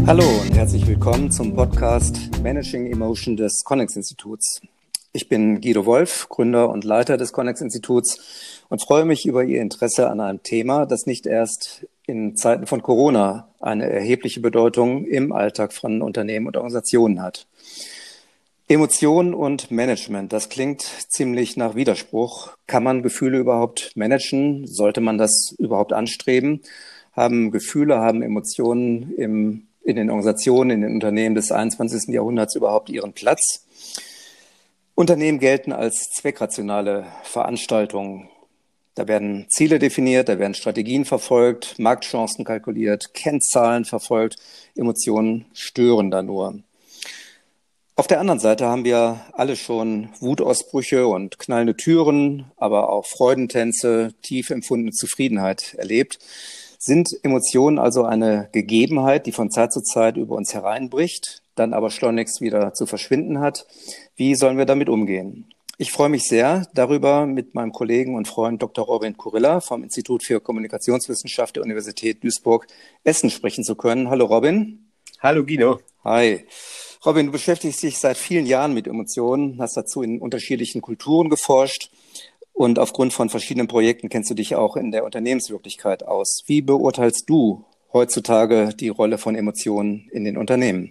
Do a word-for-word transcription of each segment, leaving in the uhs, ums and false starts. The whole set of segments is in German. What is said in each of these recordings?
Hallo und herzlich willkommen zum Podcast Managing Emotion des Connex-Instituts. Ich bin Guido Wolf, Gründer und Leiter des Connex-Instituts und freue mich über Ihr Interesse an einem Thema, das nicht erst in Zeiten von Corona eine erhebliche Bedeutung im Alltag von Unternehmen und Organisationen hat. Emotionen und Management, das klingt ziemlich nach Widerspruch. Kann man Gefühle überhaupt managen? Sollte man das überhaupt anstreben? Haben Gefühle, haben Emotionen im, in den Organisationen, in den Unternehmen des einundzwanzigsten Jahrhunderts überhaupt ihren Platz? Unternehmen gelten als zweckrationale Veranstaltungen. Da werden Ziele definiert, da werden Strategien verfolgt, Marktchancen kalkuliert, Kennzahlen verfolgt. Emotionen stören da nur. Auf der anderen Seite haben wir alle schon Wutausbrüche und knallende Türen, aber auch Freudentänze, tief empfundene Zufriedenheit erlebt. Sind Emotionen also eine Gegebenheit, die von Zeit zu Zeit über uns hereinbricht, dann aber schleunigst wieder zu verschwinden hat? Wie sollen wir damit umgehen? Ich freue mich sehr, darüber mit meinem Kollegen und Freund Doktor Robin Kurilla vom Institut für Kommunikationswissenschaft der Universität Duisburg-Essen sprechen zu können. Hallo Robin. Hallo Guido. Hi. Robin, du beschäftigst dich seit vielen Jahren mit Emotionen, hast dazu in unterschiedlichen Kulturen geforscht und aufgrund von verschiedenen Projekten kennst du dich auch in der Unternehmenswirklichkeit aus. Wie beurteilst du heutzutage die Rolle von Emotionen in den Unternehmen?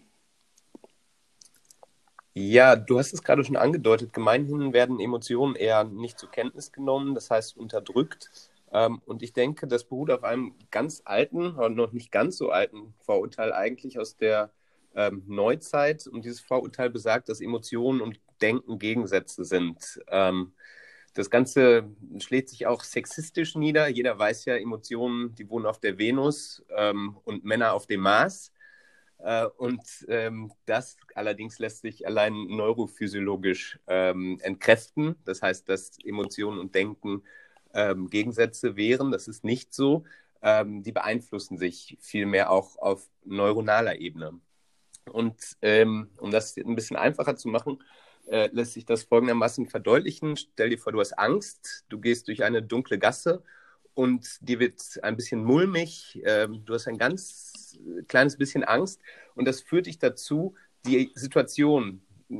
Ja, du hast es gerade schon angedeutet. Gemeinhin werden Emotionen eher nicht zur Kenntnis genommen, das heißt unterdrückt. Und ich denke, das beruht auf einem ganz alten, oder noch nicht ganz so alten Vorurteil eigentlich aus der ähm, Neuzeit. Und dieses Vorurteil besagt, dass Emotionen und Denken Gegensätze sind. Ähm, das Ganze schlägt sich auch sexistisch nieder. Jeder weiß ja, Emotionen, die wohnen auf der Venus ähm, und Männer auf dem Mars. Äh, und ähm, das allerdings lässt sich allein neurophysiologisch ähm, entkräften. Das heißt, dass Emotionen und Denken ähm, Gegensätze wären. Das ist nicht so. Ähm, die beeinflussen sich vielmehr auch auf neuronaler Ebene. Und ähm, um das ein bisschen einfacher zu machen, äh, lässt sich das folgendermaßen verdeutlichen. Stell dir vor, du hast Angst, du gehst durch eine dunkle Gasse und dir wird ein bisschen mulmig, äh, du hast ein ganz kleines bisschen Angst und das führt dich dazu, die Situation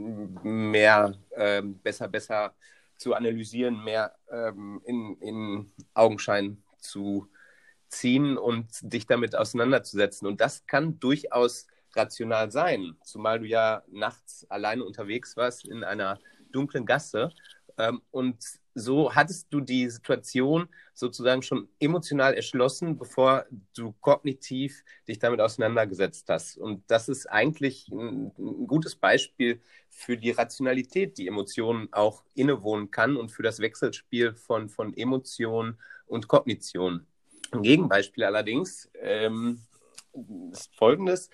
mehr, äh, besser, besser zu analysieren, mehr ähm, in, in Augenschein zu ziehen und dich damit auseinanderzusetzen. Und das kann durchaus rational sein, zumal du ja nachts alleine unterwegs warst in einer dunklen Gasse ähm, und so hattest du die Situation sozusagen schon emotional erschlossen, bevor du kognitiv dich damit auseinandergesetzt hast. Und das ist eigentlich ein, ein gutes Beispiel für die Rationalität, die Emotionen auch innewohnen kann und für das Wechselspiel von, von Emotion und Kognition. Ein Gegenbeispiel allerdings ähm, ist folgendes.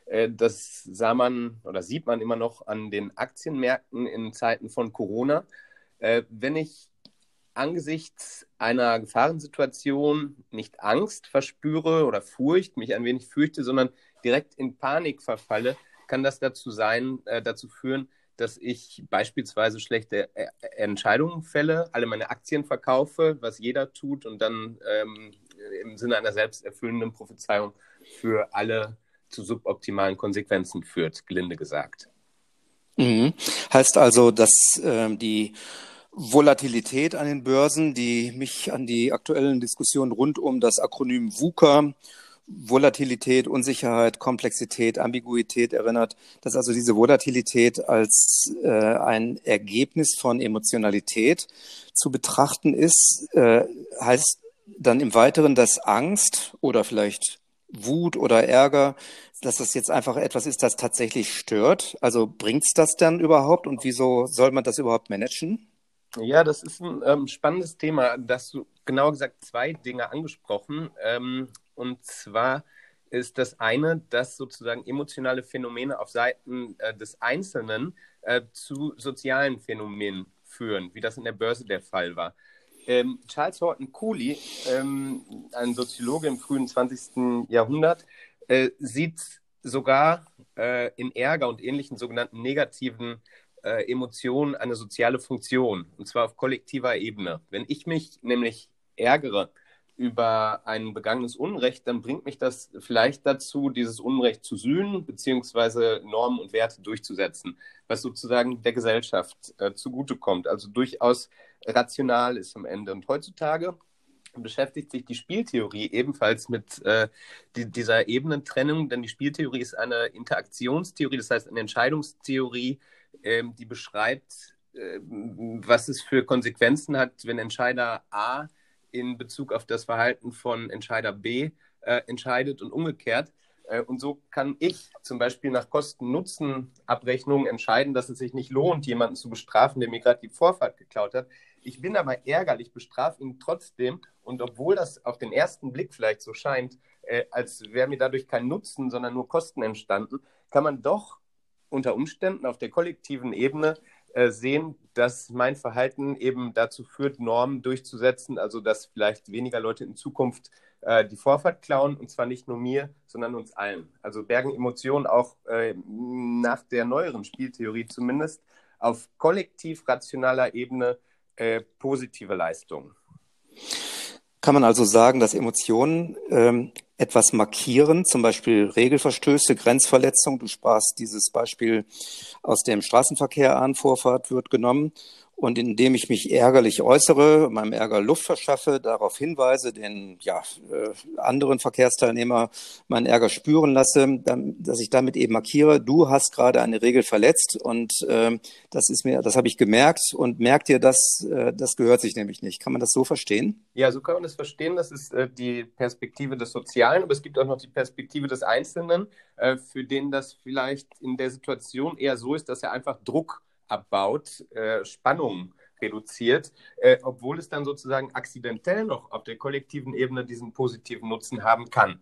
Das sah man oder sieht man immer noch an den Aktienmärkten in Zeiten von Corona. Wenn ich angesichts einer Gefahrensituation nicht Angst verspüre oder Furcht, mich ein wenig fürchte, sondern direkt in Panik verfalle, kann das dazu sein, dazu führen, dass ich beispielsweise schlechte Entscheidungen fälle, alle meine Aktien verkaufe, was jeder tut und dann ähm, im Sinne einer selbsterfüllenden Prophezeiung für alle zu suboptimalen Konsequenzen führt, gelinde gesagt. Mhm. Heißt also, dass äh, die Volatilität an den Börsen, die mich an die aktuellen Diskussionen rund um das Akronym VUCA, Volatilität, Unsicherheit, Komplexität, Ambiguität erinnert, dass also diese Volatilität als äh, ein Ergebnis von Emotionalität zu betrachten ist, äh, heißt dann im Weiteren, dass Angst oder vielleicht Wut oder Ärger, dass das jetzt einfach etwas ist, das tatsächlich stört. Also bringt's das dann überhaupt und wieso soll man das überhaupt managen? Ja, das ist ein ähm, spannendes Thema. Da hast du genauer gesagt zwei Dinge angesprochen. Ähm, und zwar ist das eine, dass sozusagen emotionale Phänomene auf Seiten äh, des Einzelnen äh, zu sozialen Phänomenen führen, wie das in der Börse der Fall war. Ähm, Charles Horton Cooley, ähm, ein Soziologe im frühen zwanzigsten Jahrhundert, äh, sieht sogar äh, in Ärger und ähnlichen sogenannten negativen äh, Emotionen eine soziale Funktion, und zwar auf kollektiver Ebene. Wenn ich mich nämlich ärgere, über ein begangenes Unrecht, dann bringt mich das vielleicht dazu, dieses Unrecht zu sühnen, beziehungsweise Normen und Werte durchzusetzen, was sozusagen der Gesellschaft äh, zugutekommt, also durchaus rational ist am Ende. Und heutzutage beschäftigt sich die Spieltheorie ebenfalls mit äh, die, dieser Ebenentrennung, denn die Spieltheorie ist eine Interaktionstheorie, das heißt eine Entscheidungstheorie, ähm, die beschreibt, äh, was es für Konsequenzen hat, wenn Entscheider A in Bezug auf das Verhalten von Entscheider B äh, entscheidet und umgekehrt. Äh, und so kann ich zum Beispiel nach Kosten-Nutzen-Abrechnung entscheiden, dass es sich nicht lohnt, jemanden zu bestrafen, der mir gerade die Vorfahrt geklaut hat. Ich bin aber ärgerlich, bestrafe ihn trotzdem. Und obwohl das auf den ersten Blick vielleicht so scheint, äh, als wäre mir dadurch kein Nutzen, sondern nur Kosten entstanden, kann man doch unter Umständen auf der kollektiven Ebene äh, sehen, dass mein Verhalten eben dazu führt, Normen durchzusetzen, also dass vielleicht weniger Leute in Zukunft äh, die Vorfahrt klauen, und zwar nicht nur mir, sondern uns allen. Also bergen Emotionen auch äh, nach der neueren Spieltheorie zumindest auf kollektiv rationaler Ebene äh, positive Leistungen. Kann man also sagen, dass Emotionen ähm, etwas markieren, zum Beispiel Regelverstöße, Grenzverletzungen? Du sprachst dieses Beispiel aus dem Straßenverkehr an, Vorfahrt wird genommen. Und indem ich mich ärgerlich äußere, meinem Ärger Luft verschaffe, darauf hinweise, den ja, äh, anderen Verkehrsteilnehmer meinen Ärger spüren lasse, dann, dass ich damit eben markiere, du hast gerade eine Regel verletzt, und äh, das ist mir, das habe ich gemerkt, und merkt dir, das, äh, das gehört sich nämlich nicht. Kann man das so verstehen? Ja, so kann man das verstehen. Das ist äh, die Perspektive des Sozialen, aber es gibt auch noch die Perspektive des Einzelnen, äh, für den das vielleicht in der Situation eher so ist, dass er einfach Druck abbaut, äh, Spannung reduziert, äh, obwohl es dann sozusagen akzidentell noch auf der kollektiven Ebene diesen positiven Nutzen haben kann.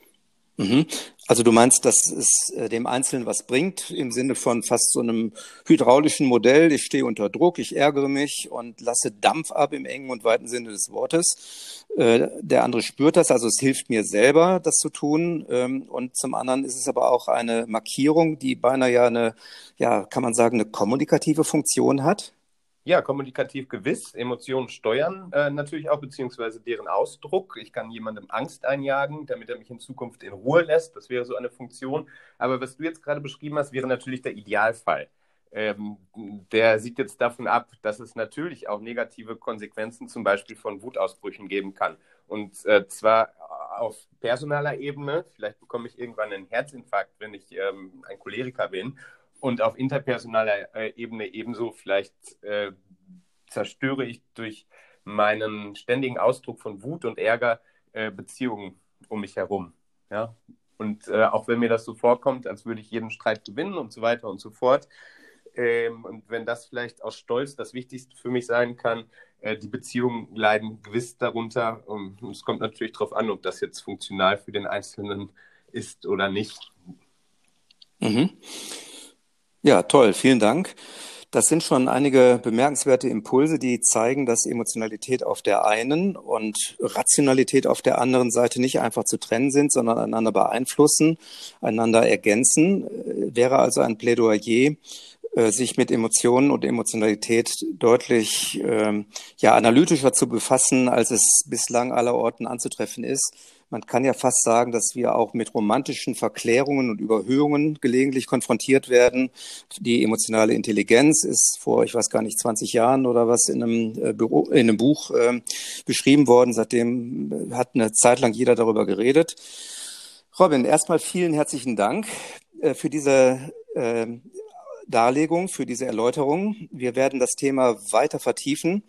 Mhm. Also du meinst, dass es äh, dem Einzelnen was bringt, im Sinne von fast so einem hydraulischen Modell. Ich stehe unter Druck, ich ärgere mich und lasse Dampf ab im engen und weiten Sinne des Wortes. Äh, der andere spürt das, also es hilft mir selber, das zu tun. Ähm, und zum anderen ist es aber auch eine Markierung, die beinahe ja eine, ja, kann man sagen, eine kommunikative Funktion hat. Ja, kommunikativ gewiss, Emotionen steuern äh, natürlich auch, beziehungsweise deren Ausdruck. Ich kann jemandem Angst einjagen, damit er mich in Zukunft in Ruhe lässt. Das wäre so eine Funktion. Aber was du jetzt gerade beschrieben hast, wäre natürlich der Idealfall. Ähm, der sieht jetzt davon ab, dass es natürlich auch negative Konsequenzen zum Beispiel von Wutausbrüchen geben kann. Und äh, zwar auf personaler Ebene, vielleicht bekomme ich irgendwann einen Herzinfarkt, wenn ich ähm, ein Choleriker bin. Und auf interpersonaler äh, Ebene ebenso, vielleicht äh, zerstöre ich durch meinen ständigen Ausdruck von Wut und Ärger äh, Beziehungen um mich herum. Ja? Und äh, auch wenn mir das so vorkommt, als würde ich jeden Streit gewinnen und so weiter und so fort. Ähm, und wenn das vielleicht aus Stolz das Wichtigste für mich sein kann, äh, die Beziehungen leiden gewiss darunter. Und es kommt natürlich darauf an, ob das jetzt funktional für den Einzelnen ist oder nicht. Mhm. Ja, toll, vielen Dank. Das sind schon einige bemerkenswerte Impulse, die zeigen, dass Emotionalität auf der einen und Rationalität auf der anderen Seite nicht einfach zu trennen sind, sondern einander beeinflussen, einander ergänzen. Wäre also ein Plädoyer, sich mit Emotionen und Emotionalität deutlich ähm, ja, analytischer zu befassen, als es bislang allerorten anzutreffen ist. Man kann ja fast sagen, dass wir auch mit romantischen Verklärungen und Überhöhungen gelegentlich konfrontiert werden. Die emotionale Intelligenz ist vor, ich weiß gar nicht, zwanzig Jahren oder was in einem, äh, Büro, in einem Buch äh, beschrieben worden. Seitdem hat eine Zeit lang jeder darüber geredet. Robin, erstmal vielen herzlichen Dank äh, für diese äh, Darlegung, für diese Erläuterung. Wir werden das Thema weiter vertiefen.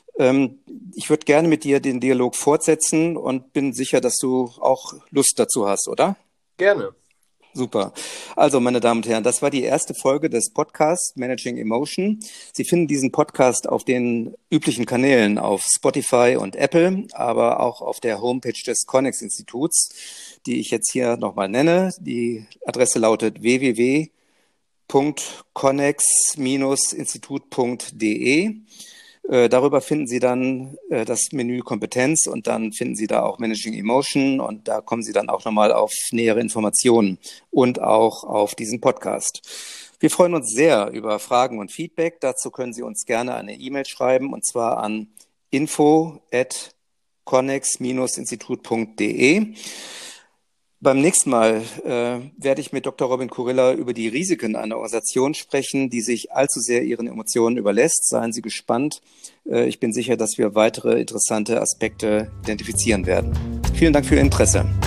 Ich würde gerne mit dir den Dialog fortsetzen und bin sicher, dass du auch Lust dazu hast, oder? Gerne. Super. Also, meine Damen und Herren, das war die erste Folge des Podcasts Managing Emotion. Sie finden diesen Podcast auf den üblichen Kanälen, auf Spotify und Apple, aber auch auf der Homepage des Connex-Instituts, die ich jetzt hier nochmal nenne. Die Adresse lautet w w w punkt connex Bindestrich institut punkt d e. Darüber finden Sie dann äh, das Menü Kompetenz, und dann finden Sie da auch Managing Emotion, und da kommen Sie dann auch nochmal auf nähere Informationen und auch auf diesen Podcast. Wir freuen uns sehr über Fragen und Feedback. Dazu können Sie uns gerne eine E-Mail schreiben, und zwar an info at connex Bindestrich institut punkt de. Beim nächsten Mal äh, werde ich mit Doktor Robin Kurilla über die Risiken einer Organisation sprechen, die sich allzu sehr ihren Emotionen überlässt. Seien Sie gespannt. Äh, ich bin sicher, dass wir weitere interessante Aspekte identifizieren werden. Vielen Dank für Ihr Interesse.